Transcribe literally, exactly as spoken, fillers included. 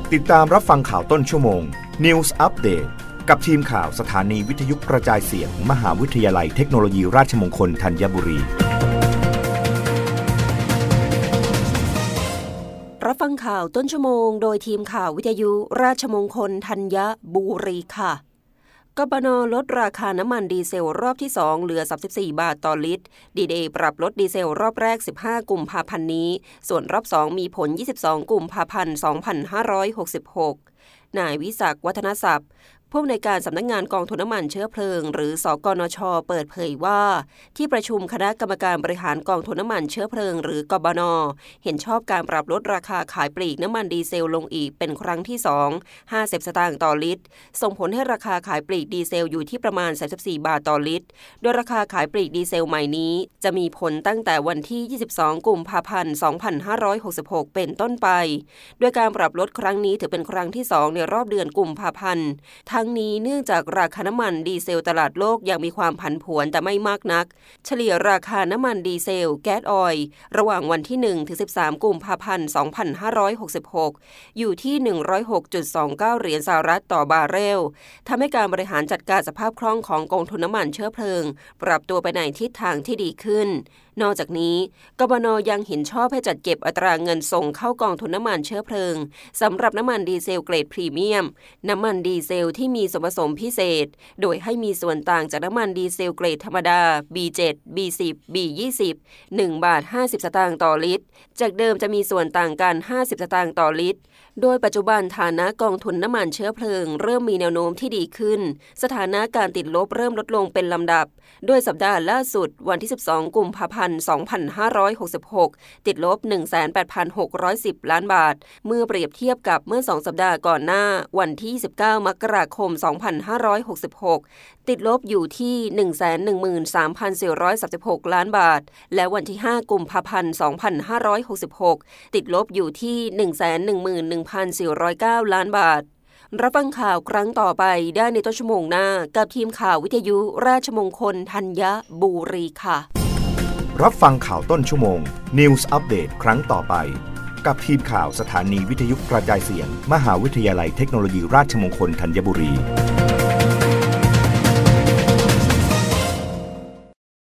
ติดตามรับฟังข่าวต้นชั่วโมง News Update กับทีมข่าวสถานีวิทยุกระจายเสียง มหาวิทยาลัยเทคโนโลยีราชมงคลธัญบุรีรับฟังข่าวต้นชั่วโมงโดยทีมข่าววิทยุราชมงคลธัญบุรีค่ะกบน.ลดราคาน้ำมันดีเซลรอบที่สองเหลือสามสิบสี่บาทต่อลิตรดีเดย์ปรับลดดีเซลรอบแรกสิบห้ากุมภาพันธ์นี้ส่วนรอบสองมีผลยี่สิบสองกุมภาพันธ์สองพันห้าร้อยหกสิบหกนายวิศักดิ์วัฒนศัพท์ผู้อำนวยการสำนักงานกองทุนน้ำมันเชื้อเพลิงหรือสกนช.เปิดเผยว่าที่ประชุมคณะกรรมการบริหารกองทุนน้ำมันเชื้อเพลิงหรือกบน.เห็นชอบการปรับลดราคาขายปลีกน้ำมันดีเซลลงอีกเป็นครั้งที่สอง ห้าสิบสตางค์ต่อลิตรส่งผลให้ราคาขายปลีกดีเซลอยู่ที่ประมาณสามสิบสี่บาทต่อลิตรโดยราคาขายปลีกดีเซลใหม่นี้จะมีผลตั้งแต่วันที่ยี่สิบสองกุมภาพันธ์สองพันห้าร้อยหกสิบหกเป็นต้นไปโดยการปรับลดครั้งนี้ถือเป็นครั้งที่สองในรอบเดือนกุมภาพันธ์ทั้งนี้เนื่องจากราคาน้ำมันดีเซลตลาดโลกยังมีความผันผวนแต่ไม่มากนักเฉลี่ยราคาน้ำมันดีเซลแก๊สออยล์ระหว่างวันที่หนึ่งถึงสิบสามกุมภาพันธ์สองพันห้าร้อยหกสิบหกอยู่ที่ หนึ่งร้อยหกจุดสองเก้า เหรียญสหรัฐต่อบาร์เรลทำให้การบริหารจัดการสภาพคล่องของกองทุนน้ำมันเชื้อเพลิงปรับตัวไปในทิศทางที่ดีขึ้นนอกจากนี้กบน.ยังเห็นชอบให้จัดเก็บอัตราเงินส่งเข้ากองทุนน้ำมันเชื้อเพลิงสำหรับน้ำมันดีเซลเกรดพรีเมียมน้ำมันดีเซลที่มีส่วนผสมพิเศษโดยให้มีส่วนต่างจากน้ำมันดีเซลเกรดธรรมดา บี เจ็ด บี สิบ บี ยี่สิบ หนึ่งบาทห้าสิบสตางค์ต่อลิตรจากเดิมจะมีส่วนต่างกันห้าสิบสตางค์ต่อลิตรโดยปัจจุบันฐานะกองทุนน้ำมันเชื้อเพลิงเริ่มมีแนวโน้มที่ดีขึ้นสถานะการติดลบเริ่มลดลงเป็นลำดับโดยสัปดาห์ล่าสุดวันที่สิบสองกุมภาพันธ์สองพันห้าร้อยหกสิบหกติดลบ หนึ่งแสนแปดพันหกร้อยสิบ ล้านบาทเมื่อเปรียบเทียบกับเมื่อสองสัปดาห์ก่อนหน้าวันที่สิบเก้ามกราคมสองพันห้าร้อยหกสิบหกติดลบอยู่ที่ หนึ่งแสนหนึ่งหมื่นสามพันสี่ร้อยสามสิบหก ล้านบาทและวันที่ห้ากุมภาพันธ์สองพันห้าร้อยหกสิบหกติดลบอยู่ที่ หนึ่งแสนหนึ่งหมื่นหนึ่งพันสี่ร้อยเก้า ล้านบาทรับฟังข่าวครั้งต่อไปได้ในต้นชั่วโมงหน้ากับทีมข่าววิทยุราชมงคลธัญบุรีค่ะรับฟังข่าวต้นชั่วโมง News Update ครั้งต่อไปกับทีมข่าวสถานีวิทยุกระจายเสียง มหาวิทยาลัยเทคโนโลยีราชมงคลธัญบุรี